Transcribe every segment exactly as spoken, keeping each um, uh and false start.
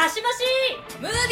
かしましムービーナイト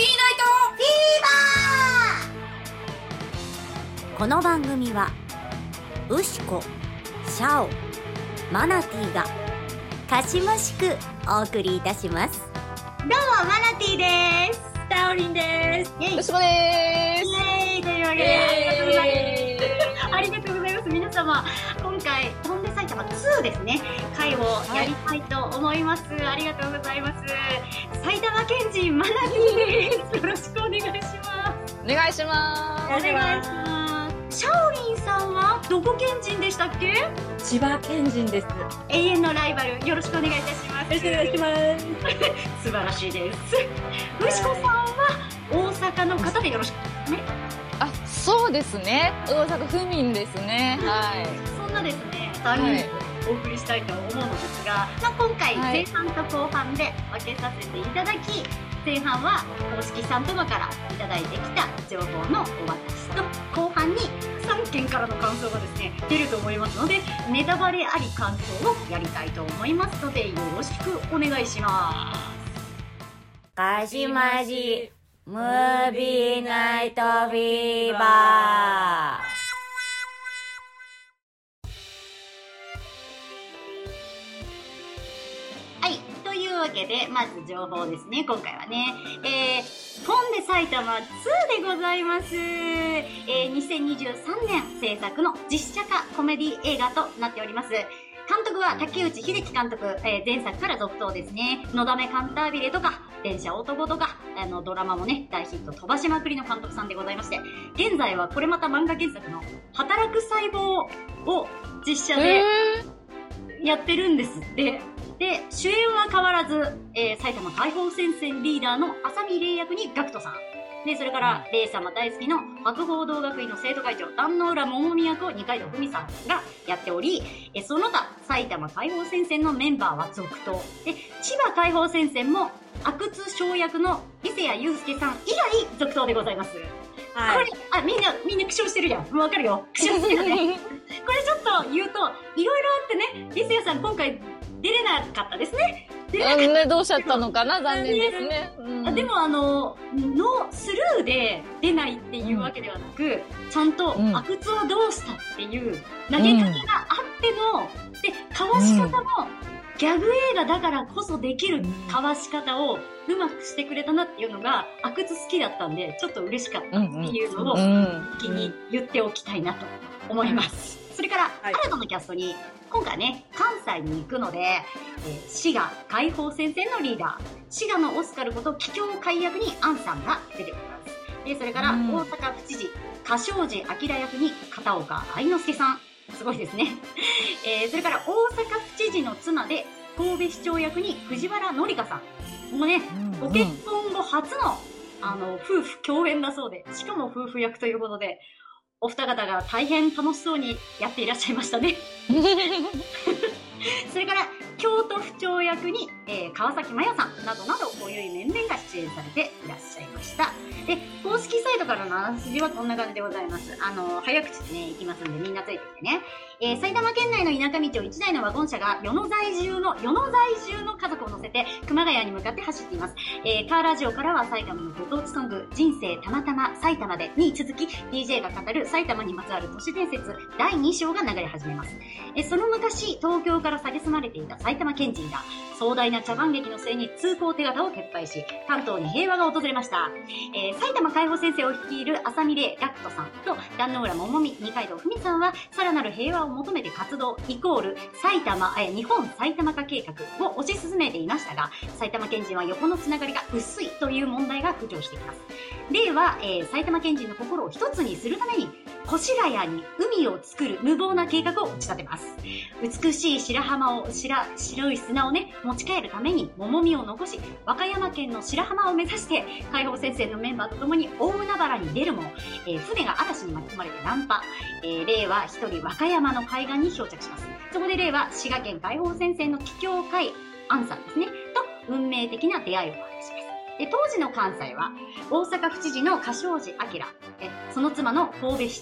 フィーバー。この番組はウシコ、シャオ、マナティーがかしましくお送りいたします。 どうもマナティーです。 タオリンです。 イェイウシコでーす。 イェイというわけでありがとうございます。ありがとうございます。皆様、今回飛んで埼玉ツーですね、回をやりたいと思います、はい、ありがとうございます。埼玉県人マナティーです。よろしくお願いします。 お願いします。 お願いします。シャオリンさんはどこ県人でしたっけ？ 千葉県人です。 永遠のライバル、よろしくお願いいたします。 よろしくお願いします素晴らしいです。ウシコさんは大阪の方でよろしくね。 あ、そうですね。大阪府民ですね。はい。 そんなですね、さんにんでお送りしたいと思うのですが、まあ、今回前半と後半で分けさせていただき、前半は公式さん様からいただいてきた情報のお渡しと、後半にさんけんからの感想がですね出ると思いますので、ネタバレあり感想をやりたいと思いますので、よろしくお願いします。 かしましムービーナイトフィーバー。 はい、というわけで、まず情報ですね、今回はね。えー、飛んで埼玉ツーでございます。えー、にせんにじゅうさんねん制作の実写化コメディ映画となっております。監督は竹内秀樹監督、えー、前作から続投ですね。のだめカンタービレとか、電車男とか、あの、ドラマもね、大ヒット飛ばしまくりの監督さんでございまして、現在はこれまた漫画原作の働く細胞を実写でやってるんですって。で、主演は変わらず、えー、埼玉解放戦線リーダーの浅見玲役にガクトさん。で、それから、レイ様大好きの博報堂学院の生徒会長、壇ノ浦桃美役を二階堂ふみさんがやっており、えその他、埼玉解放戦線のメンバーは続投。で、千葉解放戦線も、阿久津翔役の伊勢谷友介さん以来続投でございます。はい、これ、あ、みんな、みんな苦笑してるじゃん。もうわかるよ。苦笑してるね。これちょっと言うと、いろいろあってね、伊勢谷さん今回出れなかったですね。 あのね、どうしちゃったのかな、残念ですね。 うん、でもあの、のスルーで出ないっていうわけではなく、うん、ちゃんと、阿久津はどうしたっていう投げかけがあっての、うん、で、かわし方も、ギャグ映画だからこそできるかわし方をうまくしてくれたなっていうのが、阿久津好きだったんで、ちょっと嬉しかったっていうのを、先に言っておきたいなと思います。それから、はい、新たなキャストに、今回ね、関西に行くので、えー、滋賀解放戦線のリーダー、滋賀のオスカルこと桔梗海役にアンさんが出ております。で、それから、大阪府知事、柏路明役に片岡愛之助さん。すごいですね。えー、それから、大阪府知事の妻で、神戸市長役に藤原紀香さん。もうね、ご結婚後初の、あの、夫婦共演だそうで、しかも夫婦役ということで、お二方が大変楽しそうにやっていらっしゃいましたね。それから、京都府長役に、えー、川崎麻世さんなどなど、こういう面々が出演されていらっしゃいました。で、公式サイトからのあらすじはこんな感じでございます。あの、早口でね、いきますんで、みんなついてきてね。えー、埼玉県内の田舎道をいちだいのワゴン車が、世の在住の、世の在住の家族を乗せて、熊谷に向かって走っています。えー、カーラジオからは埼玉のご当地ソング、人生たまたま埼玉でに続き、ディージェー が語る埼玉にまつわる都市伝説だいに章が流れ始めます。えー、その昔、東京から蔑まれていた埼玉県人が、壮大な茶番劇の末に通行手形を撤廃し、関東に平和が訪れました。えー、埼玉解放戦線を率いる浅見玲ガクトさんと壇ノ浦桃美、二階堂ふみさんは、さらなる平和を求めて活動イコール埼玉、えー、日本埼玉化計画を推し進めていましたが、埼玉県人は横のつながりが薄いという問題が浮上しています。例は、えー、埼玉県人の心を一つにするために、越谷に海を作る無謀な計画を打ち立てます。美しい白浜を、白、白い砂をね、持ち帰るために桃美を残し、和歌山県の白浜を目指して、解放戦線のメンバーと共に大海原に出るも、えー、船が嵐に巻き込まれて難破。えー、例は一人和歌山の海岸に漂着します。そこで例は滋賀県解放戦線の桔梗海安さんですね、と運命的な出会いをお話します。で、当時の関西は、大阪府知事の柏路明、えその妻の神戸市長、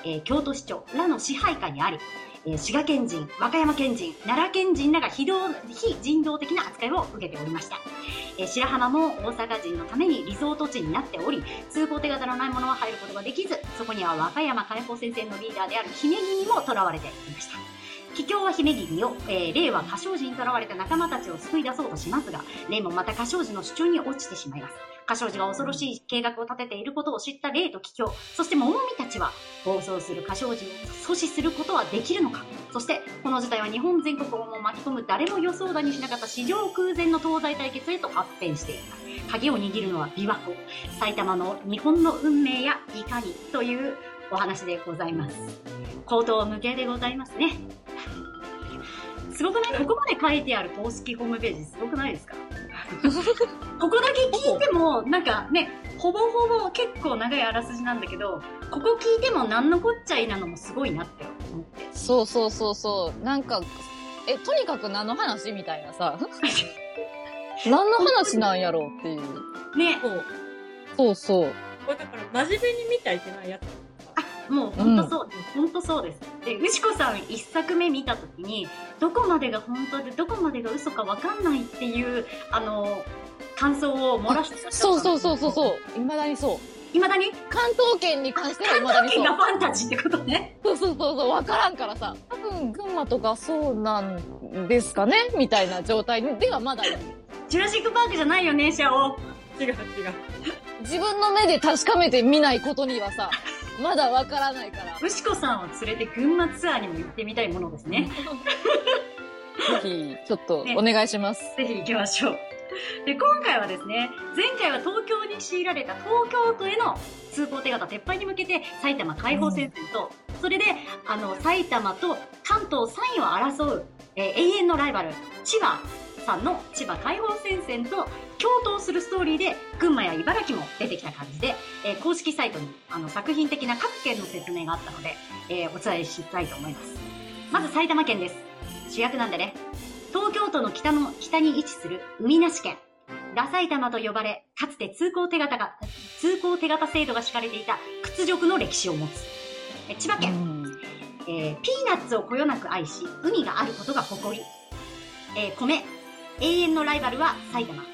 えー京都市長らの支配下にあり、えー滋賀県人、和歌山県人、奈良県人らが非道非人道的な扱いを受けておりました。えー白浜も大阪人のためにリゾート地になっており、通行手形のないものは入ることができず、そこには和歌山解放戦線のリーダーである姫君にも囚われていました。桔梗は姫君を、えー、霊は歌唱寺に囚われた仲間たちを救い出そうとしますが、霊もまた歌唱寺の手中に落ちてしまいます。歌唱寺が恐ろしい計画を立てていることを知った霊と桔梗、そして桃美たちは暴走する歌唱寺を阻止することはできるのか。そしてこの事態は日本全国をも巻き込む誰も予想だにしなかった史上空前の東西対決へと発展しています。鍵を握るのは琵琶湖、埼玉の日本の運命やいかにというお話でございます。口頭無形でございますね。すごくない？ここまで書いてある公式ホームページすごくないですか？ここだけ聞いてもなんかね、ほぼほぼ結構長いあらすじなんだけど、ここ聞いても何のこっちゃいなのもすごいなって思って。 そうそうそうそう。なんか、え、とにかく何の話みたいなさ。何の話なんやろうっていう。 ね。 そう。 そうそう。 これだから真面目に見たらいけないやつ。 もう本当そうです。本当そうです。で、牛子さん一作目見たときに、どこまでが本当でどこまでが嘘かわかんないっていう、あの、感想を漏らしてた。 そうそうそうそうそう。未だにそう。 未だに関東圏に関しては未だにそう。 関東圏がファンタジーってことね。 そうそうそうそう。わからんからさ。多分、群馬とかそうなんですかねみたいな状態ではまだいる。 ジュラシックパークじゃないよね、シャオ。 違う違う。 自分の目で確かめてみないことにはさ、まだわからないから。 牛子さんを連れて群馬ツアーにも行ってみたいものですね。 ぜひ、ちょっとお願いします。 ぜひ行きましょう。で、今回はですね、前回は東京に強いられた東京都への通行手形撤廃に向けて埼玉解放戦線と、うん、それで、あの、埼玉と関東さんいを争う、えー、永遠のライバル、千葉さんの千葉解放戦線と共闘するストーリーで、群馬や茨城も出てきた感じで、えー、公式サイトにあの作品的な各県の説明があったので、えー、お伝えしたいと思います。まず埼玉県です。主役なんでね。東京都の北の北に位置する海なし県。ラ埼玉と呼ばれ、かつて通行手形が、通行手形制度が敷かれていた屈辱の歴史を持つ。え千葉県、えー。ピーナッツをこよなく愛し、海があることが誇り。えー、米。永遠のライバルは埼玉。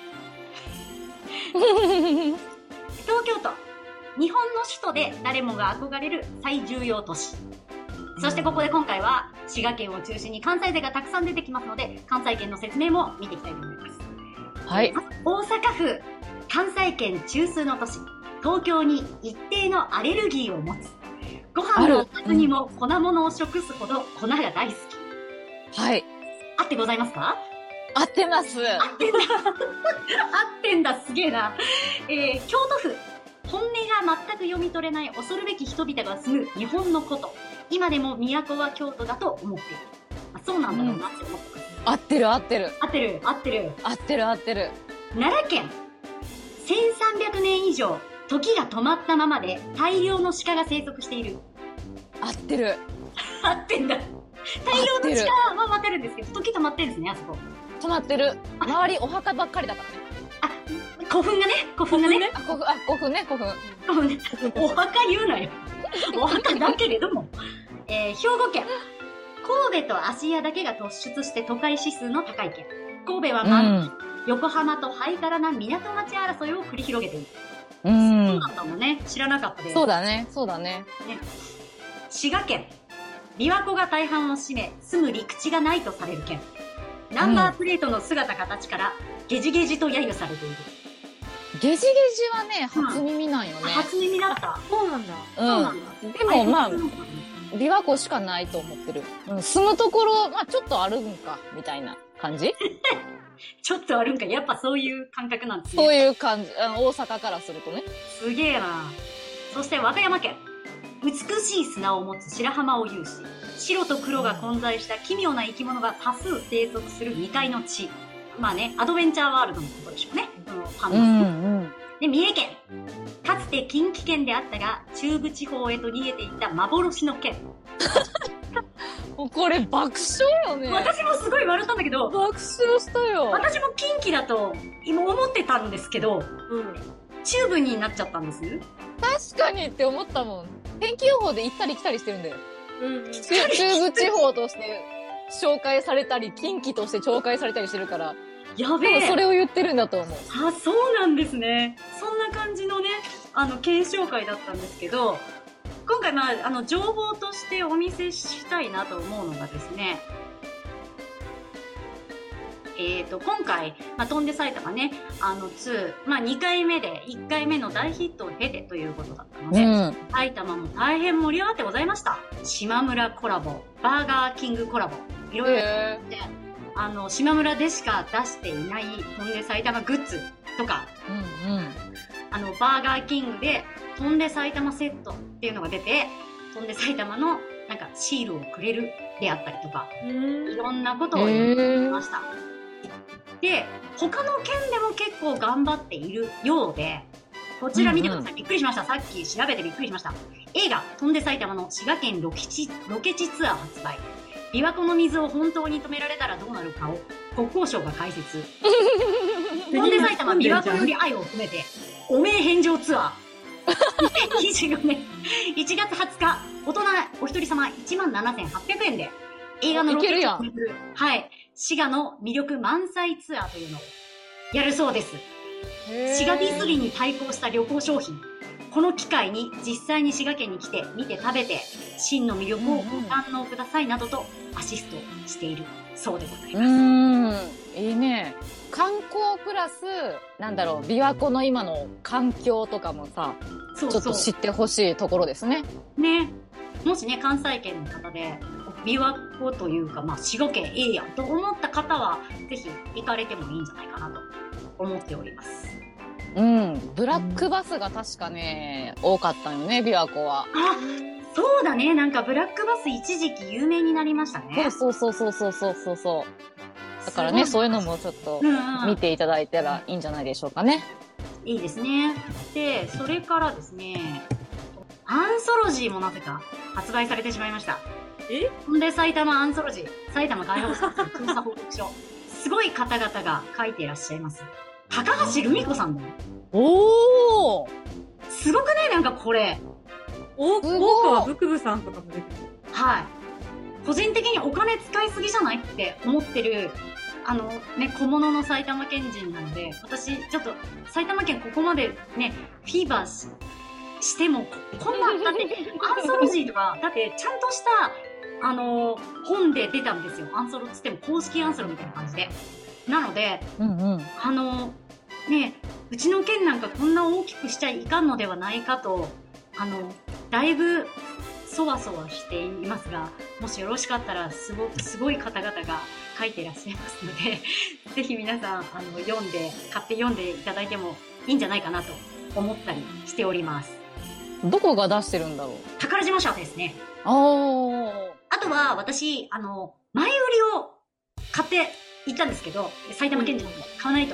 東京都。日本の首都で誰もが憧れる最重要都市。そしてここで今回は滋賀県を中心に関西勢がたくさん出てきますので、関西圏の説明も見ていきたいと思います。 はい。 大阪府、関西圏中枢の都市、東京に一定のアレルギーを持つ。ご飯のおかずにも粉物を食すほど粉が大好き。 はい。 合ってございますか？ 合ってます。 合ってんだ。合ってんだ、すげえな。えー、京都府、本音が全く読み取れない恐るべき人々が住む日本の古都。今でも都は京都だと思っている。あ、そうなんだろうなって思ってます。 合ってる合ってる。 合ってる合ってる。 合ってる合ってる。 奈良県。せんさんびゃくねん以上、時が止まったままで大量の鹿が生息している。 合ってる。 合ってんだ。大量の鹿はわかるんですけど、時止まってるんですね、あそこ。 止まってる。周りお墓ばっかりだからね。 あ、古墳がね、古墳がね。 あ、古墳、あ、古墳ね、古墳。 古墳ね。お墓言うなよ。お墓だけれども。えー、兵庫県。神戸と芦屋だけが突出して都会指数の高い県。神戸は満期、うん、横浜とハイカラな港町争いを繰り広げている。 うん。 そうだったもんね。知らなかったです。 そうだね、そうだね。 ね。滋賀県。琵琶湖が大半を占め、住む陸地がないとされる県。ナンバープレートの姿形から、ゲジゲジと揶揄されている。 ゲジゲジはね、初耳なんよね。 初耳だった。 そうなんだ。 うん。そうなんだ。でもまあ、琵琶湖しかないと思ってる。うん、住むところ、まあちょっとあるんか、みたいな感じちょっとあるんか。やっぱそういう感覚なんですね。 そういう感じ。あの、大阪からするとね。 すげえな。そして和歌山県。美しい砂を持つ白浜を有し、白と黒が混在した奇妙な生き物が多数生息する未開の地。まあね、アドベンチャーワールドのことでしょうね。そのパンダ、うんうん、で、三重県。かつて近畿圏であったが、中部地方へと逃げていった幻の県。 これ爆笑よね。 私もすごい笑ったんだけど。 爆笑したよ。 私も近畿だと今思ってたんですけど、うん、 チューブになっちゃったんです。 確かにって思ったもん。天気予報で行ったり来たりしてるんだよ。 うん。 中中部地方として紹介されたり、近畿として紹介されたりしてるから、 やべえ。 多分それを言ってるんだと思う。 あ、そうなんですね。そんな感じのね、あの、検証会だったんですけど、今回、まあ、あの、情報としてお見せしたいなと思うのがですね、えっと、今回、まあ、飛んで埼玉ね、あの、ツー、まあ、にかいめでいっかいめの大ヒットを経てということだったので、 うん。 埼玉も大変盛り上がってございました。島村コラボ、バーガーキングコラボ、いろいろへで、あの、島村でしか出していない飛んで埼玉グッズとか、 うんうん。 あの、バーガーキングで飛んで埼玉セットっていうのが出て、飛んで埼玉のなんかシールをくれるであったりとか、いろんなことをやってました。で、他の県でも結構頑張っているようで、こちら見てください。びっくりしました。さっき調べてびっくりしました。映画、飛んで埼玉の滋賀県ロケ地、ロケ地ツアー発売。琵琶湖の水を本当に止められたらどうなるかを国交省が解説。飛んで埼玉琵琶湖より愛を含めて、汚名返上ツアー。にせんにじゅうよねんいちがつはつか、大人お一人様いちまんななせんはっぴゃくえんで、映画のロケ地を巡る、はい、滋賀の魅力満載ツアーというのをやるそうです。滋賀ディスリーに対抗した旅行商品。この機会に実際に滋賀県に来て、見て食べて、真の魅力をご堪能くださいなどとアシストしているそうでございます。 うーん、いいね。観光プラス、なんだろう、琵琶湖の今の環境とかもさ、 そうそうちょっと知ってほしいところですね。 ね。もしね、関西圏の方で、琵琶湖というか、まあ、滋賀県ええやんと思った方は、ぜひ行かれてもいいんじゃないかなと思っております。 うん。ブラックバスが確かね、多かったよね、琵琶湖は。 あ、そうだね。なんかブラックバス一時期有名になりましたね。 そうそうそうそうそうそうそう。だからね、そういうのもちょっと見ていただいたらいいんじゃないでしょうかね。 いいですね。で、それからですね、アンソロジーもなぜか発売されてしまいました。 えほんで埼玉アンソロジー、埼玉外報室調査報告書。すごい方々が書いていらっしゃいます。高橋留美子さんだよ。 おーすごくね、なんかこれ。 大すごい大川福部さんとかも出てる。 はい。個人的にお金使いすぎじゃないって思ってる、あのね、小物の埼玉県人なので、私、ちょっと埼玉県ここまでね、フィーバーししても、ここんな、だって、アンソロジーとか、だってちゃんとした、あのー、本で出たんですよ。アンソロっつっても公式アンソロみたいな感じで。なので、 うんうん。 あのー、ね、うちの県なんかこんな大きくしちゃいかんのではないかと、あの、だいぶ、そわそわしていますが、もしよろしかったら、すごく、すごい方々が書いていらっしゃいますので、ぜひ皆さん、あの、読んで、買って読んでいただいてもいいんじゃないかなと思ったりしております。 どこが出してるんだろう。 宝島社ですね。 おー。 あとは、私、あの、前売りを買って行ったんですけど、埼玉県人なんで買わないと。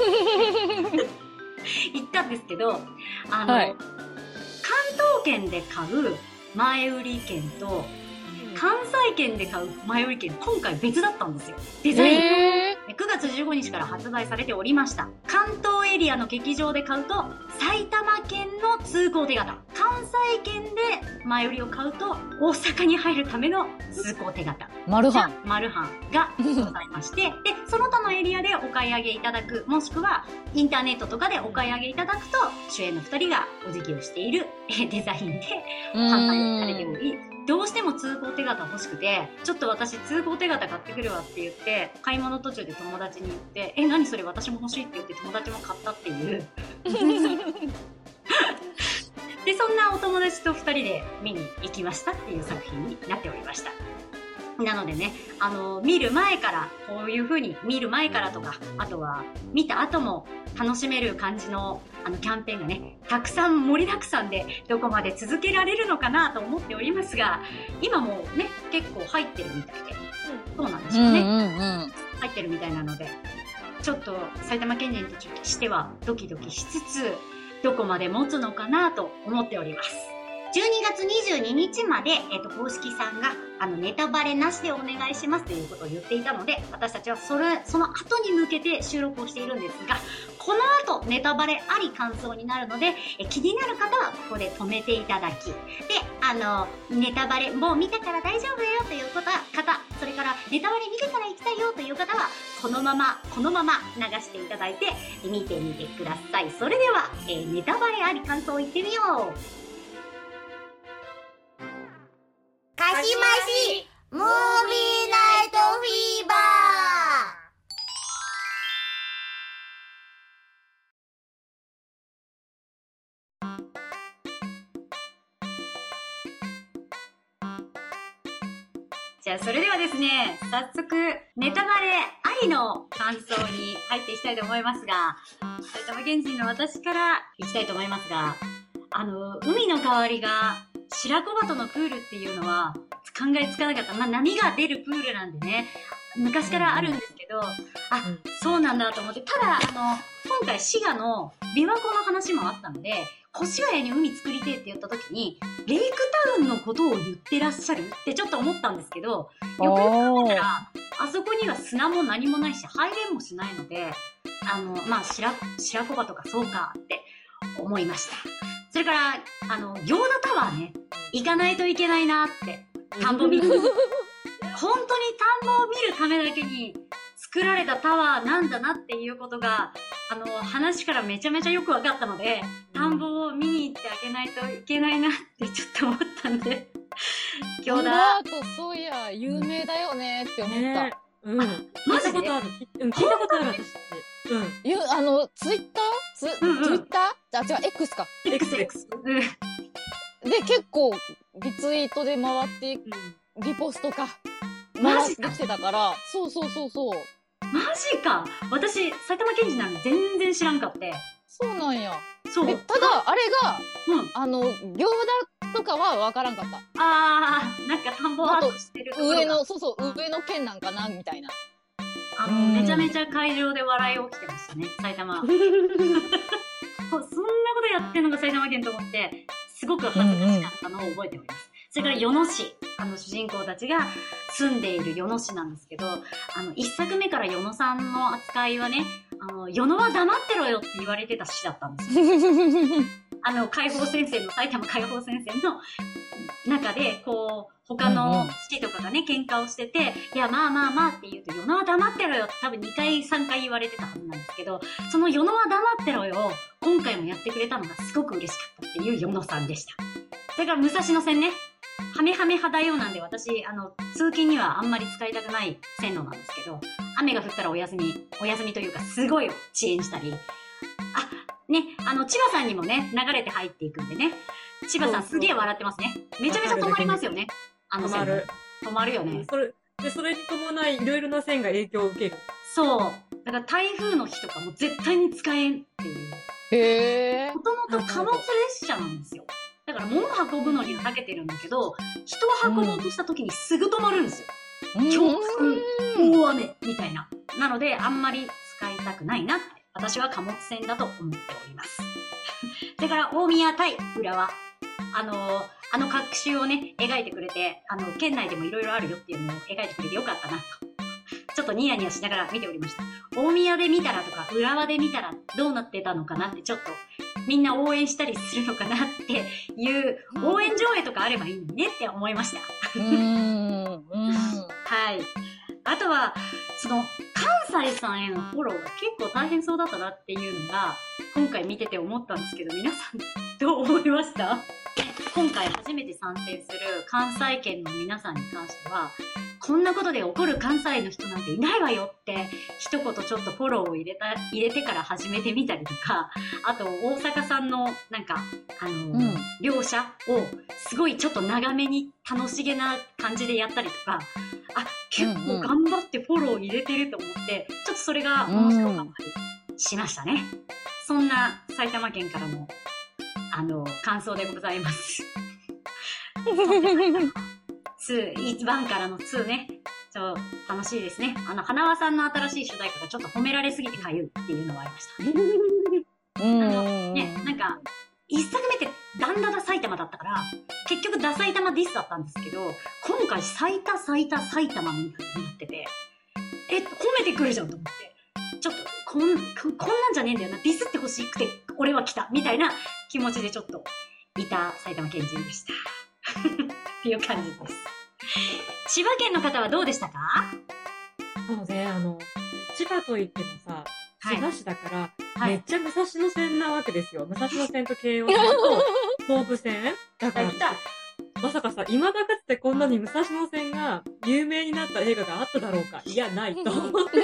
行ったんですけど、あの、 はい、 関東圏で買う前売り券と、関西圏で買う前売り券、今回別だったんですよ。デザイン。 えー、 くがつじゅうごにちから発売されておりました。関東エリアの劇場で買うと、埼玉県の通行手形。関西圏で前売りを買うと、大阪に入るための通行手形。 マルハン。 マルハンがございまして、で、その他のエリアでお買い上げいただく、もしくはインターネットとかでお買い上げいただくと、主演のふたりがお辞儀をしているデザインで販売されており、どうしても通行手形欲しくて、ちょっと私通行手形買ってくるわって言って、買い物途中で友達に言って、え、何それ私も欲しいって言って友達も買ったっていう。で、そんなお友達とふたりで見に行きましたっていう作品になっておりました。なのでね、あの、見る前から、こういう風に見る前からとか、あとは見た後も楽しめる感じの、あの、キャンペーンがね、たくさん盛りだくさんで、どこまで続けられるのかなと思っておりますが、今もね、結構入ってるみたいで、そうなんでしょうね。 うんうんうん、 入ってるみたいなので、ちょっと埼玉県人としてはドキドキしつつ、どこまで持つのかなと思っております。 じゅうにがつにじゅうににちまで、えっと、公式さんが、あの、ネタバレなしでお願いしますということを言っていたので、私たちはそれ、その後に向けて収録をしているんですが、この後、ネタバレあり感想になるので、え気になる方はここで止めていただき、で、あの、ネタバレ、もう見たから大丈夫よという方、方、それからネタバレ見てから行きたいよという方は、このまま、このまま流していただいて、見てみてください。それでは、えーネタバレあり感想いってみよう。 かしましムービーナイトフィーバじゃあ、それではですね、早速、ネタバレありの感想に入っていきたいと思いますが、埼玉県人の私からいきたいと思いますが、あの、海の代わりが白子鳩のプールっていうのは考えつかなかった。まあ、波が出るプールなんでね、昔からあるんですけど、あ、そうなんだと思って、ただ、あの、今回滋賀の琵琶湖の話もあったので、越谷に海作りてえって言った時に、レイクタウンのことを言ってらっしゃるってちょっと思ったんですけど、よくよく考えたら、あそこには砂も何もないし、入れんもしないので、あの、まあ、白、白子場とかそうかって思いました。それから、あの、行田タワーね、行かないといけないなって、田んぼ見る。本当に田んぼを見るためだけに作られたタワーなんだなっていうことが、あの、話からめちゃめちゃよく分かったので、田んぼを見に行ってあげないといけないなってちょっと思ったんで、行田。 あと、そういや、有名だよねって思った。 ねうん。聞いたことある。うん、聞いたことある私って。うん。 ゆあの、ツイッターツ、 うんうんツイッターじゃあ、違う、X か。 エックスエックス。うん。 で、結構、リツイートで回って、リポストか。回ってきてたから、そうそうそうそう。 マジか。私、埼玉県人なのに全然知らんかって。 そうなんや。 そう。 でただ、あれが、 うん。 あの、行田とかはわからんかった。 あー、なんか田んぼアートしてるところが上の、そうそう、上の県なんかなみたいな。 あの、 うんめちゃめちゃ会場で笑い起きてましたね、埼玉。こそんなことやってんのが埼玉県と思って、すごく恥ずかしかったのを覚えております。それから、与野市。あの、主人公たちが住んでいる与野市なんですけど、あの、一作目から与野さんの扱いはね、あの、与野は黙ってろよって言われてた市だったんですよ。あの、解放戦線の、埼玉解放戦線の中で、こう、他の市とかがね、喧嘩をしてて、いや、まあまあまあって言うと、与野は黙ってろよって多分にかい、さんかい言われてたはずなんですけど、その与野は黙ってろよを今回もやってくれたのがすごく嬉しかったっていう与野さんでした。それから武蔵野線ね、ハメハメ派だよなんで私、あの、通勤にはあんまり使いたくない線路なんですけど、雨が降ったらお休み、お休みというかすごい遅延したり、あ、ね、あの、千葉さんにもね、流れて入っていくんでね、千葉さんすげえ笑ってますね。めちゃめちゃ止まりますよね。あの線路。 止まる。 止まるよね。 それ、で、それに伴い、いろいろな線が影響を受ける。 そう。だから台風の日とかも絶対に使えんっていう。 へー。 もともと貨物列車なんですよ。だから物を運ぶのには長けてるんだけど、人を運ぼうとした時にすぐ止まるんですよ。強風、大雨、みたいな。なので、あんまり使いたくないなって、私は貨物船だと思っております。それから、大宮対浦和。あのー、あの各種をね、描いてくれて、あの、県内でもいろいろあるよっていうのを描いてくれてよかったなと。ちょっとニヤニヤしながら見ておりました。大宮で見たらとか、浦和で見たらどうなってたのかなって、ちょっと、みんな応援したりするのかなっていう、応援上映とかあればいいのにねって思いました。 うーん。うん。 はい。あとは、その、関西さんへのフォローが結構大変そうだったなっていうのが、今回見てて思ったんですけど、皆さん、どう思いました？今回初めて参戦する関西圏の皆さんに関しては、こんなことで怒る関西の人なんていないわよって、一言ちょっとフォローを入れた、入れてから始めてみたりとか、あと大阪さんのなんか、あの、 うん、 描写をすごいちょっと長めに楽しげな感じでやったりとか、あ、結構頑張ってフォロー入れてると思って、ちょっとそれが面白かったりしましたね。そんな埼玉県からの、あの、感想でございます。に、いちばんからのにね、ちょっと楽しいですね。あの、花輪さんの新しい主題歌がちょっと褒められすぎてかゆいっていうのはありましたね。 うん。 あの、ね、なんか、一作目ってダンダダ埼玉だったから、結局ダ埼玉ディスだったんですけど、今回埼玉埼玉埼玉みたいになってて、え、褒めてくるじゃんと思って。ちょっと、こん、こんなんじゃねえんだよな。ディスってほしくて、俺は来た。みたいな気持ちでちょっと、いた埼玉県人でした。っていう感じです。千葉県の方はどうでしたか？ そうね、あの、千葉といってもさ、 はい千葉市だから、 はいめっちゃ武蔵野線なわけですよ。武蔵野線と京王線と東武線だから来た。 まさかさ、未だかつてこんなに武蔵野線が有名になった映画があっただろうか。いや、ないと思って。 武蔵野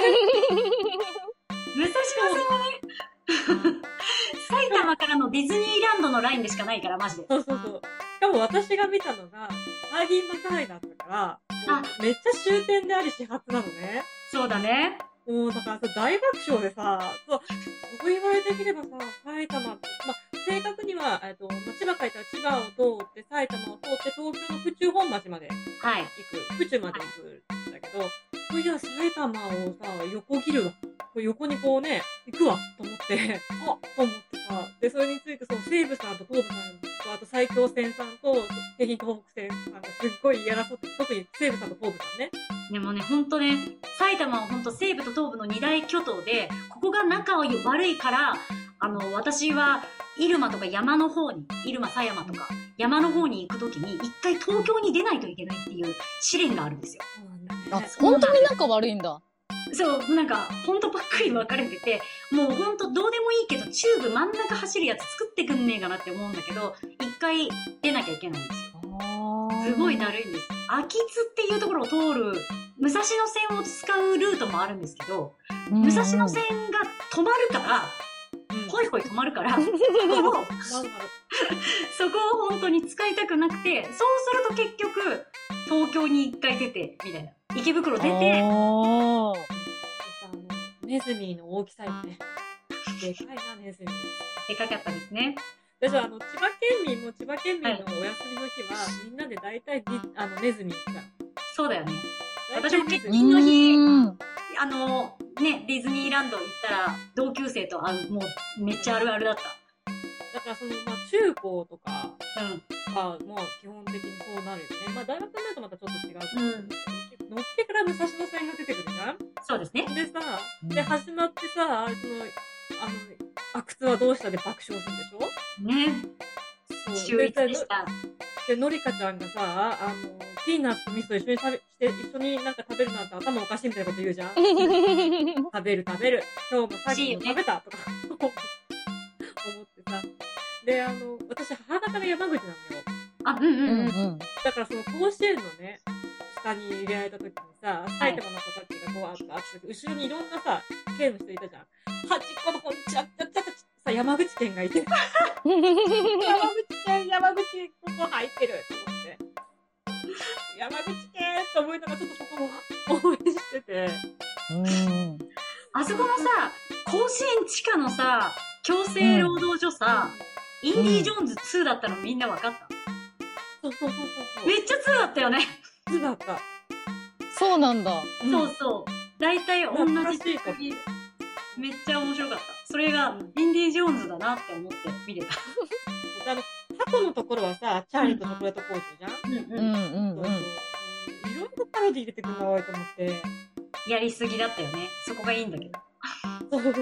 線はね、埼玉からのディズニーランドのラインでしかないから、マジで。 そうそうそう。しかも私が見たのが、ハーギー・マカハイだったから、もうめっちゃ終点であり始発なのね。 そうだね。 もうだからさ、大爆笑でさ、そう、そう言われてみればさ、埼玉、まあ、正確には、えっと、まあ千葉から言ったら千葉を通って、埼玉を通って、東京の府中本町まではい。 行く、府中まで行くんだけど、それじゃあ埼玉をさ、横切るわ。こう横にこうね、行くわ、と思って、あと思ってさ、で、それについて、その西武さんと東武さんと、あと埼京線さんと、京浜東北線さんがすっごい争って、特に西武さんと東武さんね。 でもね、ほんとね、埼玉はほんと西部と東部の二大巨頭で、ここが仲悪いから、あの、私は、入間とか山の方に、入間狭山とか、山の方に行くときに、一回東京に出ないといけないっていう試練があるんですよ。 そうなんだね。 あ、本当に仲悪いんだ。 そう、なんか、ほんとばっかり分かれてて、もうほんとどうでもいいけど、チューブ真ん中走るやつ作ってくんねえかなって思うんだけど、一回出なきゃいけないんですよ。すごいだるいんです。秋津っていうところを通る、武蔵野線を使うルートもあるんですけど、武蔵野線が止まるから、 うんほいほい止まるから、そこを、 なんだろうそこを本当に使いたくなくて、そうすると結局、東京に一回出て、みたいな。池袋出て、 あーあの、ネズミの大きさよね。でかいな、ネズミ。 でかかったですね。 私はあの、千葉県民も千葉県民のお休みの日は、みんなで大体ディあの、ネズミ行くから。 そうだよね。 大私も結体ネズミ。 構の日、 うんあの、ね、ディズニーランド行ったら、同級生と会う、もう、めっちゃあるあるだった。 だからその、まあ、中高とかうん。 は、まあ、基本的にそうなるよね。まあ、大学になるとまたちょっと違うと思ううんだけど、のっけから武蔵野線が出てくるじゃんそうですね。 でさ、で、始まってさ、その、あの、阿久津はどうしたで爆笑するでしょね。 そう秀逸でした。 で、のりかちゃんがさ、あの、ピーナッツと味噌一緒に食べ、して、一緒になんか食べるなんて頭おかしいみたいなこと言うじゃん。食べる食べる。今日もさっきも食べたとか思ってさ。で、あの、私、母方が山口なのよ。 あ、うんうんううん。 んうん。 だからその甲子園のね、下に入れられた時にさ、埼玉の子たちがこうあってあって、後ろにいろんなさ、県の人いたじゃん。端っこの方にちらっちゃっちゃっちゃさ、山口県がいて、山口県、山口、ここ入ってると思って。山口県と思いながらちょっとそこも応援してて。 うんあそこのさ、甲子園地下のさ、強制労働所さ、インディ・ージョーンズツーだったのみんな分かった？ そうそうそうそう。 めっちゃツーだったよね。 そうだった。 そうなんだ。 うんそうそう。大体同じ懐かしいかもめっちゃ面白かった。それが、インディ・ージョーンズだなって思って見てた。 あの、タコのところはさ、チャーリーとチョコレート工場じゃん、 うんう。 うんんうんうん。 そうそういろいろパロディ入れてくんなおいと思って。 やりすぎだったよね。そこがいいんだけど。 そうそうそう。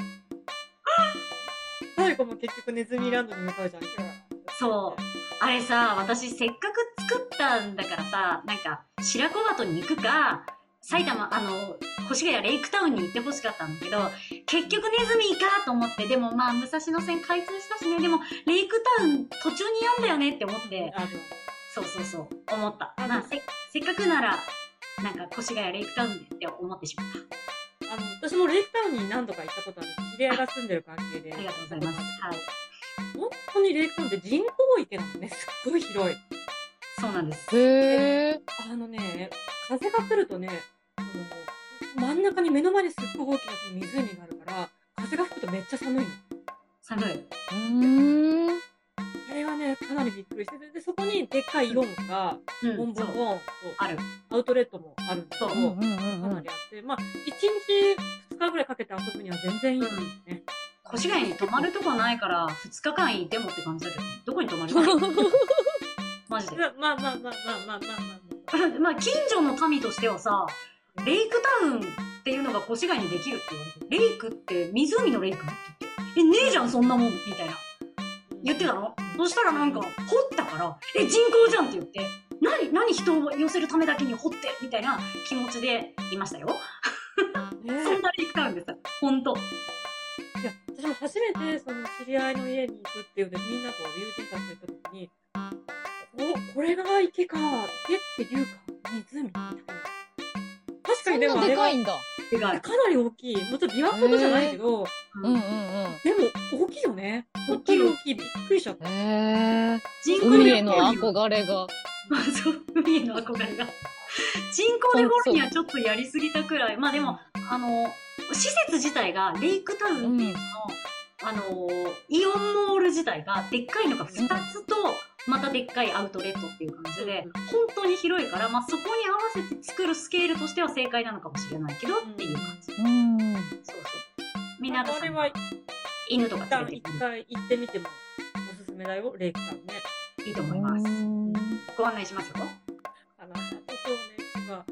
最後も結局ネズミランドに向かうじゃん。 そう。あれさ、私せっかく作ったんだからさ、なんか、白子鳩に行くか、埼玉、あの、越谷レイクタウンに行ってほしかったんだけど、結局ネズミかと思って、でもまあ、武蔵野線開通したしね、でも、レイクタウン途中にあんだよねって思って、 あの、 そうそうそう、思った。 あのまあ、せ、せっかくなら、なんか、越谷レイクタウンでって思ってしまった。 あの、私もレイクタウンに何度か行ったことあるし、知り合いが住んでる関係で。 ありがとうございます。はい。 本当にレイクタウンって人工池なのね。すっごい広い。 そうなんです。 へー。 あのね、風が来るとね、あの真ん中に目の前にすっごい大きな湖があるから、風が吹くとめっちゃ寒いの。 寒い。 うーん。 あれはね、かなりびっくりしてて、で、そこにでっかいイオンが、 うん、 ボンボそう。 ンボンと、 ある。 アウトレットもあるんだけど、 そううんうんうんかうんなりあって、まあ、いちにちふつかぐらいかけて遊ぶには全然いいんですね。 越谷に泊まるとこないからふつかかんいてもって感じだけど、どこに泊まるかマジで。 まあまあまあまあまあまあまあまあ。 まあ、近所の民としてはさ、レイクタウンっていうのが越谷にできるって言われて、レイクって湖のレイクって言って、え、ねえじゃんそんなもんみたいな。言ってたの。そしたらなんか、掘ったから、え、人工じゃんって言って、何、何人を寄せるためだけに掘ってみたいな気持ちでいましたよ。 ねそんなレイクタウンでさ、ほんと。 いや、私も初めてその知り合いの家に行くっていうので、みんなと友人たちと行った時に、こ、これが池か、池っていうか、湖みたいな。確かにでもそんなあれはでかいんだ。 でかい。 かなり大きい。もちろん琵琶湖ほどじゃないけど、 うんうんうん。 でも大きいよね。本当に大きい。びっくりしちゃった。 へえ。 人工海へので掘るには憧れが。 そう、海への憧れが。人工で掘るにはちょっとやりすぎたくらい。まあでも、あの、施設自体が、レイクタウンっていうの、あの、イオンモール自体が、でっかいのがふたつと、またでっかいアウトレットっていう感じで、本当に広いから、まあそこに合わせて作るスケールとしては正解なのかもしれないけど、っていう感じ。 うん。 そうそう。みんながさあれは犬とか一旦連れて一回行ってみてもおすすめだよ、レイクタウンね。 いいと思います。 うんご案内しますよ。 あの、あとそうね、千葉。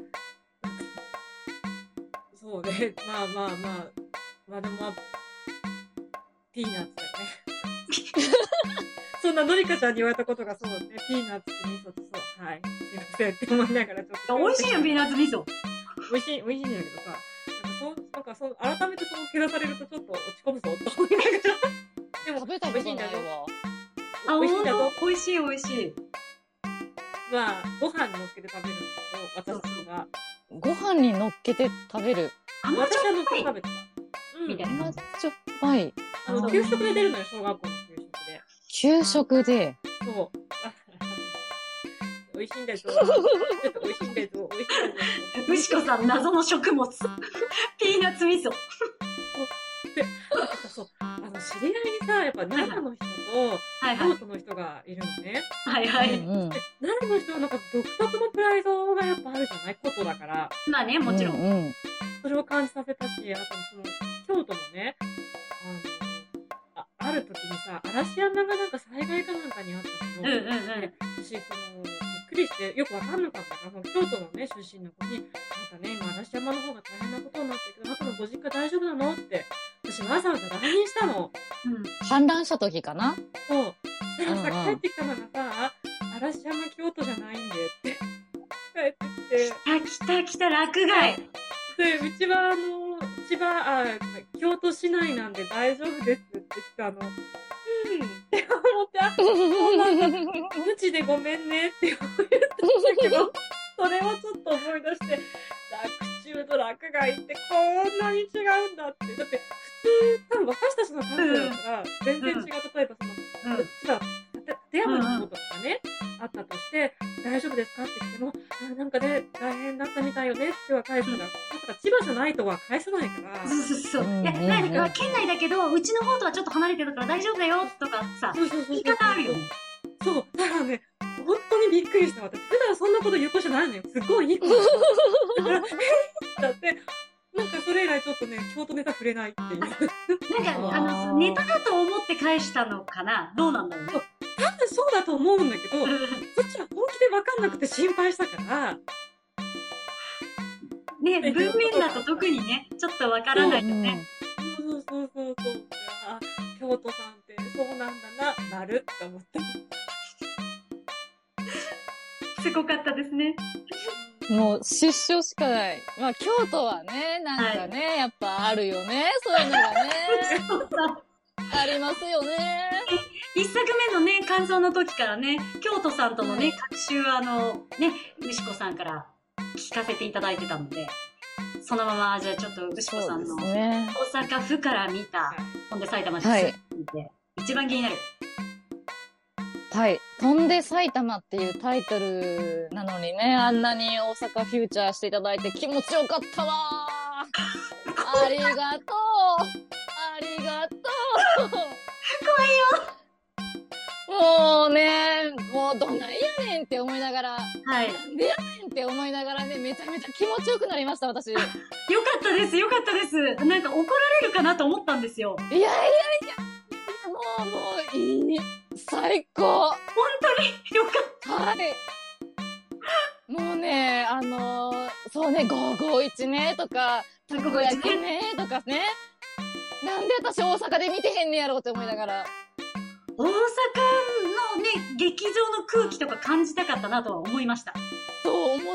そうね、まあまあまあ、まあでもまあ、ピーナッツだよね。そんなのりかちゃんに言われたことがそうね、ピーナッツと味噌とそう、はい。すいませんって思いながらちょっと。 美味しいよ、ピーナッツ味噌。 美味しい、美味しいんだけどさ、なんかそう、なんかそう、改めてそうけなされるとちょっと落ち込むぞと思いながら。でも食べたことないわ。 あ、 美味しいんだぞ。 美味しい美味しい。 まあ、ご飯に乗っけて食べるんだけど、私たちは。 ご飯に乗っけて食べる。 甘じ私は乗ょっぱいっけて食べてた。うん。 みたいな甘じょっぱい。 あの、給食で出るのよ、小学校の給食で。 給食で。 そう。あ美味しいんだぞ。ちょっと美味しいんだぞ。美味しいんだぞ。 うしこさん、謎の食物。ピーナッツ味噌。 で、あとさ、そう、あの、知り合いにさ、やっぱ奈良の人とはいはい。 京都の人がいるのね。 はいはい。 うんうんで、奈良の人はなんか独特のプライドがやっぱあるじゃないことだから。 まあね、もちろん。 うんうん。 それを感じさせたし、あとその、京都のね、あの、あある時にさ、嵐山がなんか災害かなんかにあったのよ。 うんうんうんで私、その、びっくりして、よくわかんなかったから、もう京都のね、出身の子に、なんかね、今嵐山の方が大変なことになってるけど、あなたのご実家大丈夫なのって、私わざわざ ライン したの。 うん。 氾濫した時かな。 そう。そしたらさ、 うんうん帰ってきたのがさ、嵐山京都じゃないんでって、帰ってきて、 あ、来た来た、落外。 で、うちはあの、千葉、あ、京都市内なんで大丈夫ですって来たの。うん。って思って、あ、そうなんだ。無知でごめんねって言ったんだけど、それをちょっと思い出して、落中と落外ってこんなに違うんだって。だって、普通、多分私たちの感覚だったら、全然違う。例えばその、 うん。 千葉、立山のこととかね、あったとして、大丈夫ですかって来ても、あ、なんかね、大変だったみたいよねっては返すから、だから千葉じゃないとは返さないから、 そうそうそう。 うんいや、なんか、県内だけど、うちの方とはちょっと離れてるから大丈夫だよ、とかさ、 そうそうそうそう。 言い方あるよね。 そう。だからね、本当にびっくりした私。普段そんなこと言う子じゃないのよ。すごいいい子なの。だから、えだって、なんかそれ以来ちょっとね、京都ネタ触れないっていう。 なんか、あの、ネタだと思って返したのかなどうなんだろうね。 多分そうだと思うんだけど、 うんそっちは本気で分かんなくて心配したから、 ね、文面だと特にね、ちょっとわからないよね。 そうそうそうそうそう。あ、京都さんってそうなんだな、なるって思って。 すごかったですね。 もう失笑しかない。まあ京都はね、なんかね、やっぱあるよね。そういうのがね。ありますよね。 一作目のね、感想の時からね、京都さんとのね、各週あの、ね、牛子さんから聞かせていただいてたので、そのまま、じゃあちょっと牛子さんのそうですね。 大阪府から見た、ほんで埼玉ではい見て、一番気になる。 はい。飛んで埼玉っていうタイトルなのにね、あんなに大阪フューチャーしていただいて気持ちよかったわー。ありがとう。ありがとう。怖いよ。もうね、もうどないやねねんって思いながら、 はい。 なんでやねんって思いながらね、めちゃめちゃ気持ちよくなりました、私。いやいよかったです、よかったです。なんか怒られるかなと思ったんですよ。 やいや、もう、もう、いい。最高。 本当によかっはい。もうね、あのー、そうね、ごーごーいちね、とか、 た。 たこ焼きね、とかね。なんで私大阪で見てへんねやろうって思いながら。 大阪のね、劇場の空気とか感じたかったなとは思いました。 そう思った。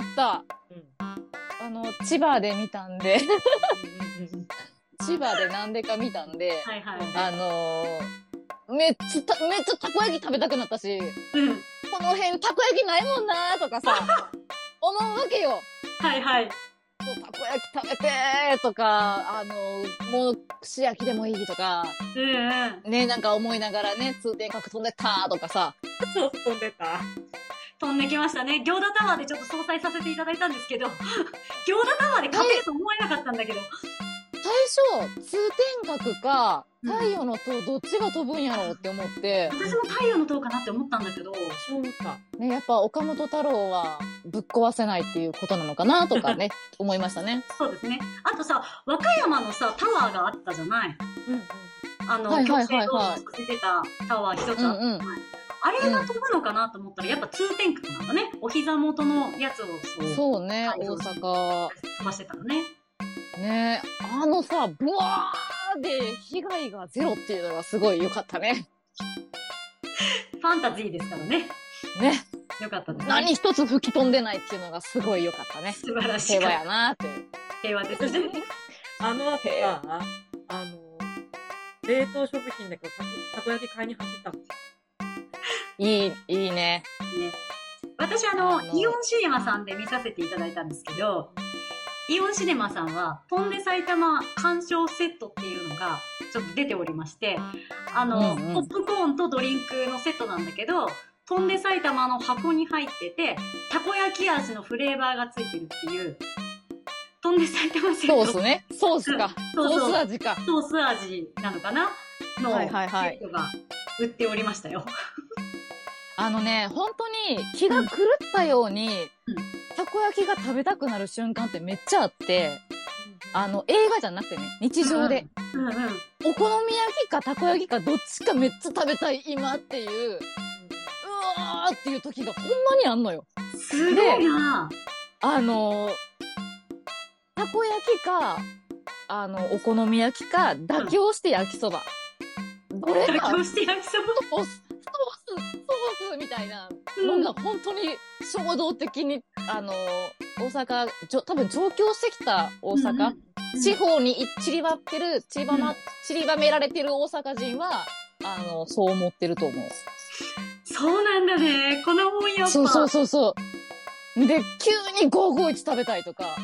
うんあの、千葉で見たんで、 うんうん千葉でなんでか見たんで、 はいはい。 あのー、めっちゃた、めっちゃたこ焼き食べたくなったし、 うん。 この辺たこ焼きないもんなーとかさ、思うわけよ。 はいはい。 そうたこ焼き食べてーとか、あのー、もう串焼きでもいいとか、 うんうん。 ね、なんか思いながらね、通天閣飛んでったーとかさ、 そう、飛んでた。 飛んできましたね。餃子タワーでちょっと相殺させていただいたんですけど、餃子タワーで勝てると思えなかったんだけど。 最初、通天閣か、 うん太陽の塔どっちが飛ぶんやろうって思って、 私も太陽の塔かなって思ったんだけど、 そう思った。 ね、やっぱ岡本太郎はぶっ壊せないっていうことなのかなとかね、思いましたね。 そうですね。あとさ、和歌山のさ、タワーがあったじゃない。 うんうん。 あの、 はい強はいはいはい制逃亡させてたタワー一つあったじゃない。 うんうんあれが飛ぶのかなと思ったら、やっぱ通天閣なんだね。お膝元のやつをそうそうね、 はい大阪。 飛ばしてたのね。 ね、あのさ、ブワーで被害がゼロっていうのがすごい良かったね。 ファンタジーですからね。 ね。 よかったですね。 何一つ吹き飛んでないっていうのがすごい良かったね。 素晴らしい。 平和やなーって。 平和ですね。 あの後さ、あの、冷凍食品だけど、たこたこ焼き買いに走ったもん。 いい、いいね。 ね私あの、 あのイオンシネマさんで見させていただいたんですけど、イオンシネマさんは、ポンデ埼玉鑑賞セットっていうのが、ちょっと出ておりまして、あの、 うんうんポップコーンとドリンクのセットなんだけど、ポンデ埼玉の箱に入ってて、たこ焼き味のフレーバーがついてるっていう、ポンデ埼玉セット。 ソースね。ソースか。 そうそうソース味か。 ソース味なのかなのはいはいはいセットが売っておりましたよ。 あのね、本当に気が狂ったように、 うんたこ焼きが食べたくなる瞬間ってめっちゃあって、あの、映画じゃなくてね、日常で、 うんうん。 お好み焼きかたこ焼きかどっちかめっちゃ食べたい今っていう、うわーっていう時がほんまにあんのよ。 すごいなあの、たこ焼きか、あの、お好み焼きか、妥協して焼きそば。どれか、 妥協して焼きそば。 ソース、ソース、ソースみたいなのが本当に衝動的に、あの、大阪、じょ多分上京してきた大阪、 うん地方に散りばってる、散りばま、 うん散りばめられてる大阪人は、あの、そう思ってると思う。 そうなんだね。このもんやっぱ。 そうそうそうそう。で、急にごーごーいち食べたいとか、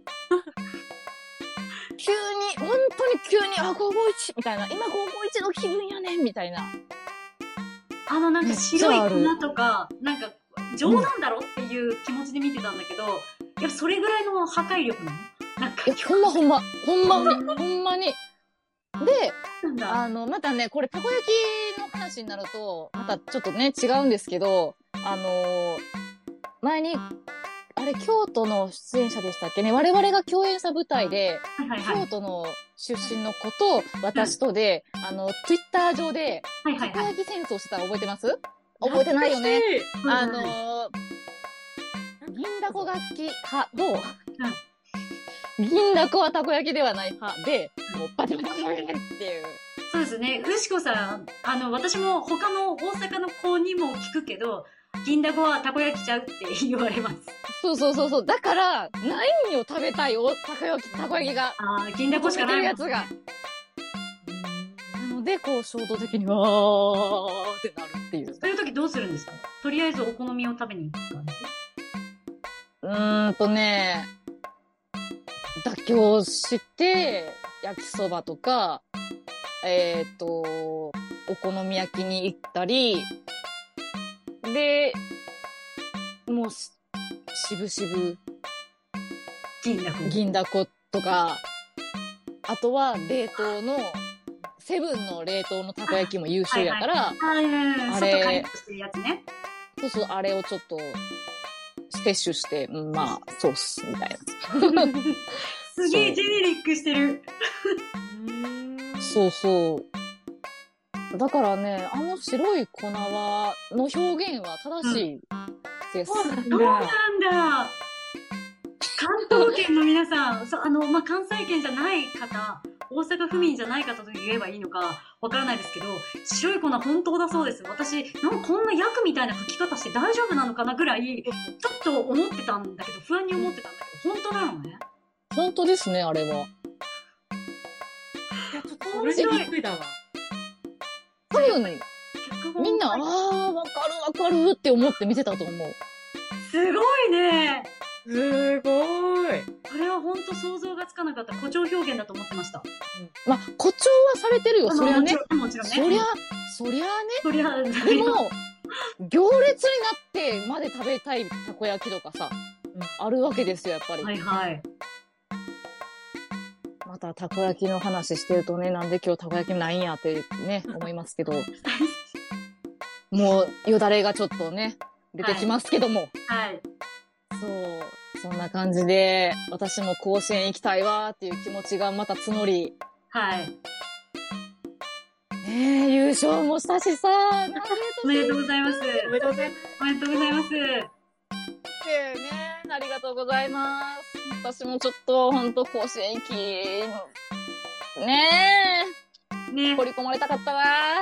急に、本当に急に、あ、ごーごーいちみたいな、今ごーごーいちの気分やねんみたいな。 あのなんか白いめっちゃある粉とか、なんか冗談だろっていう気持ちで見てたんだけど、いや、それぐらいの破壊力なのなんかいや、ほんまほんま、ほんまに、ほんまに。で、 なんだ。 あの、またね、これ、たこ焼きの話になると、またちょっとね、違うんですけど、あのー前に、あれ、京都の出演者でしたっけね、我々が共演した舞台で、 はいはいはい。 京都の出身の子と私とで、あの、ツイッター上で、 はいはいはい。 たこ焼き戦争してたの覚えてます覚えてないよね。あのー、銀だこが好き派と、銀だこはたこ焼きではない派で、もうバチバチバチバチっていう。 そうですね。うしこさん、あの、私も他の大阪の子にも聞くけど、銀だこはたこ焼きちゃうって言われます。 そうそうそうそう。だから、ないんよ、食べたいお、たこ焼き、たこ焼きが。 ああ、銀だこしかないもん。 求めてるやつが。なので、こう、衝動的に、わーってなるっていう。 そういう時どうするんですか？とりあえずお好みを食べに行く感じ？ うーんとね、妥協して、焼きそばとか、えっ、と、お好み焼きに行ったり、で、もうし、しぶしぶ、 銀だこ。 銀だことか、あとは冷凍の、セブンの冷凍のたこ焼きも優秀やから、 はいはいはい。 あれ外カリッとしてるやつね。 こそあれをちょっと摂取して、うん、まあ、そうっす、みたいな。 すげえジェネリックしてる。 そうそう。だからね、あの白い粉は、の表現は正しいです。 そうなんそうなんだ。 だ。関東圏の皆さん、そうあの、まあ、関西圏じゃない方、大阪府民じゃない方と言えばいいのかわからないですけど、白い粉本当だそうです。私、なんかこんな薬みたいな吹き方して大丈夫なのかなぐらい、ちょっと思ってたんだけど、不安に思ってたんだけど、本当なのね。 本当ですね、あれは。 いや、ちょっとそれでびっくりだわ。 多分、 脚本みんな、あー、わかるわかるって思って見てたと思う。 すごいね。 すごい。 これは本当想像がつかなかった誇張表現だと思ってました。 まあ、誇張はされてるよ、そりゃね。 もちろんね。 そりゃ、そりゃね。 そりゃ、 でも、行列になってまで食べたいたこ焼きとかさ、うん、あるわけですよ、やっぱり。 はいはい。 またたこ焼きの話してるとね、なんで今日たこ焼きないんやってね、思いますけど。もう、よだれがちょっとね、出てきますけども。 はい。はい、 そう。そんな感じで、私も甲子園行きたいわーっていう気持ちがまた募り。 はい。 ねえ、優勝もしたしさ、 おめでとうございます。 おめでとうございます。 おめでとうございます。 ねえ、ありがとうございます。私もちょっと、ほんと甲子園行き、ねえ、ね、掘り込まれたかったわ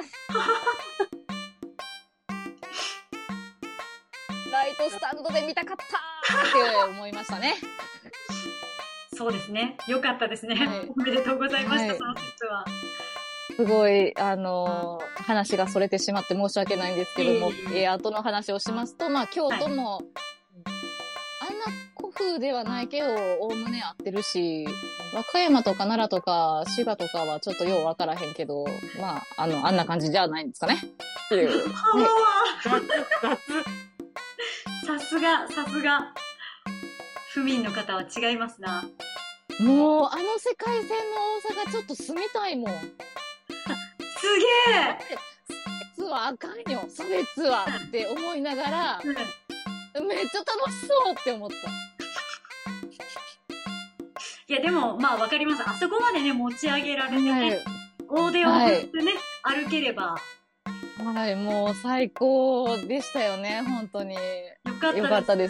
ライトスタンドで見たかったーって思いましたね。 そうですね。よかったですね。はい、おめでとうございました、はい、その説は。 すごい、あのー、話がそれてしまって申し訳ないんですけども、えー、後の話をしますと、まあ、京都も、はい、あんな古風ではないけど、おおむね合ってるし、和歌山とか奈良とか滋賀とかはちょっとようわからへんけど、まあ、あの、あんな感じじゃないんですかね。っていう。 さすが、さすが。府民の方は違いますな。 もう、あの世界線の大阪ちょっと住みたいもん。すげえ差別はあかんよ、差別はって思いながら、うん、めっちゃ楽しそうって思った。 いや、でも、まあわかります。あそこまでね、持ち上げられてね、はい、大手を振ってね、はい、歩ければ。 はい、もう最高でしたよね、本当に。よかったです。よかったです。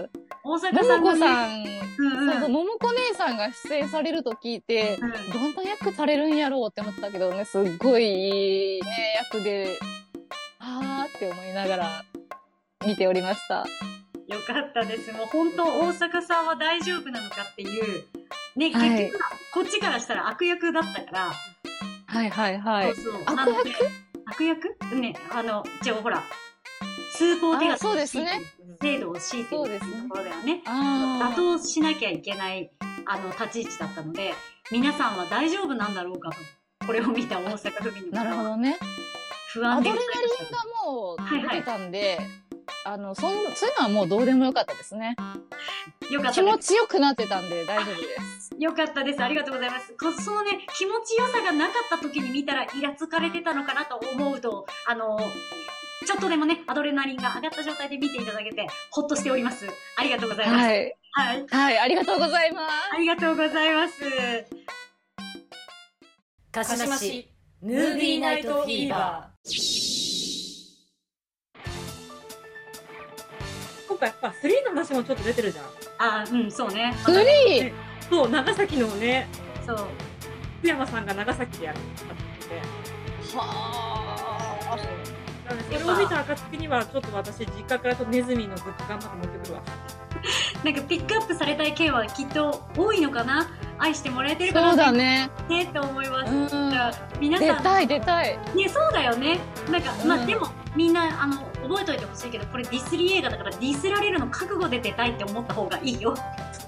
大阪さんももこさん、うんうん、そうそう、ももこ姉さんが出演されると聞いて、うん、どんな役されるんやろうって思ったけどね、すっごいいいね、役で、あーって思いながら見ておりました。 よかったです。もう本当、大阪さんは大丈夫なのかっていう、ね、結局、はい、こっちからしたら悪役だったから、 はいはいはい。 そうそう、 悪役悪役ね、あの、じゃあほら、通行手形の制度を敷いてるっていうところではね、打倒しなきゃいけないあの立ち位置だったので、皆さんは大丈夫なんだろうかと、これを見た大阪府民の方は。 なるほどね。 不安で。 アドレナリンがもう出てたんで、はいはい、あの、そん、そういうのはもうどうでもよかったですね。 よかったです。 気持ちよくなってたんで大丈夫です。 よかったです。ありがとうございます。そのね、気持ちよさがなかった時に見たらイラつかれてたのかなと思うと、あの、ちょっとでもね、アドレナリンが上がった状態で見ていただけて、ほっとしております。ありがとうございます。はい。 はい。はい、ありがとうございます。 ありがとうございます。 鹿島市、ムービーナイトフィーバー。 今回やっぱスリーの話もちょっと出てるじゃん。 あー、うん、そうね。 スリーそう、長崎のね、 そう。 福山さんが長崎でやるって言って。はぁー。それを見た暁にはちょっと私実家からとネズミのグッズ頑張って持ってくるわ。 なんかピックアップされたい件はきっと多いのかな、愛してもらえてるかな。 そうだね。 ねと思います。うん、皆さん出たい出たい。 ね、そうだよね。なんか、うん、まあでもみんなあの覚えといてほしいけど、これディスり映画だからディスられるの覚悟で出たいって思った方がいいよ。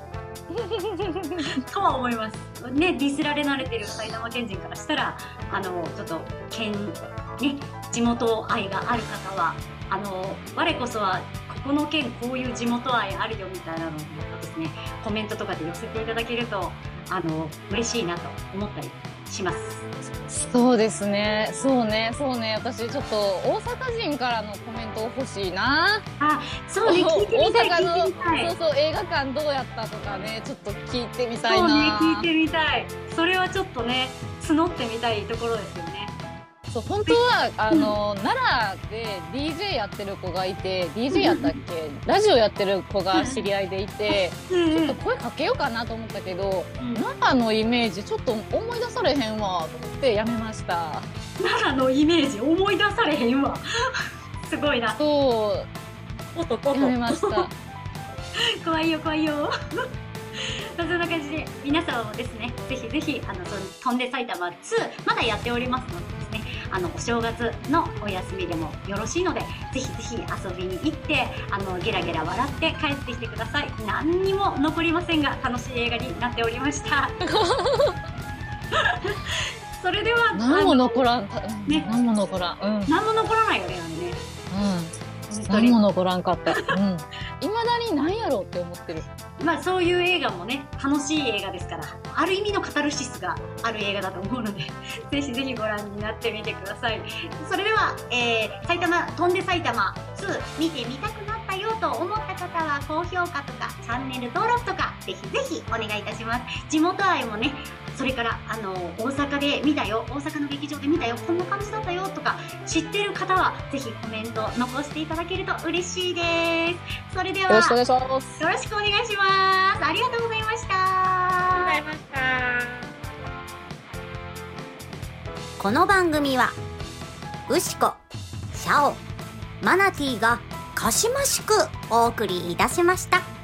とは思います。ね、ディスられ慣れてる埼玉県人からしたら、あのちょっと県ね、地元愛がある方は、あの我こそはここの県こういう地元愛あるよみたいなのをですね、コメントとかで寄せていただけるとあの嬉しいなと思ったりします。 そうですね。そうね。そうね。私ちょっと大阪人からのコメント欲しいな。 あ、そうね、聞いてみたい、 大阪の、 聞いてみたい。 そうそう、映画館どうやったとかね、ちょっと聞いてみたいな。 そうね、聞いてみたい。それはちょっとね、募ってみたいところですよね。 そう、本当は、あの、奈良で ディージェー やってる子がいて、ディージェー やったっけラジオやってる子が知り合いでいて、 うんうんちょっと声かけようかなと思ったけど、 うん奈良のイメージちょっと思い出されへんわ、と思ってやめました。 奈良のイメージ思い出されへんわ。すごいな。 そポトポう、やめました。 怖いよ怖いよ。そんな感じで皆様もですね、ぜひぜひあのその飛んで埼玉ツーまだやっておりますのでですね、あのお正月のお休みでもよろしいので、ぜひぜひ遊びに行ってあのゲラゲラ笑って帰ってきてください。何にも残りませんが楽しい映画になっておりました。それでは何も残らん、 ね何も残らん。うん。 何も残らないよね、あれね。 うん。 本当に何も残らんかった。うん。未だに何やろうって思ってる。 まあそういう映画もね、楽しい映画ですから、ある意味のカタルシスがある映画だと思うので、ぜひぜひご覧になってみてください。それでは、えー、埼玉、飛んで埼玉ツー見てみたくなったよと思った方は高評価とかチャンネル登録とかぜひぜひお願いいたします。地元愛もね、それからあの大阪で見たよ、大阪の劇場で見たよ、こんな感じだったよとか知ってる方はぜひコメント残していただけると嬉しいです。それではよろしくお願いします。 よろしくお願いします。ありがとうございました。 ありがとうございました。 この番組はウシコ、シャオ、マナティーがかしましくお送りいたしました。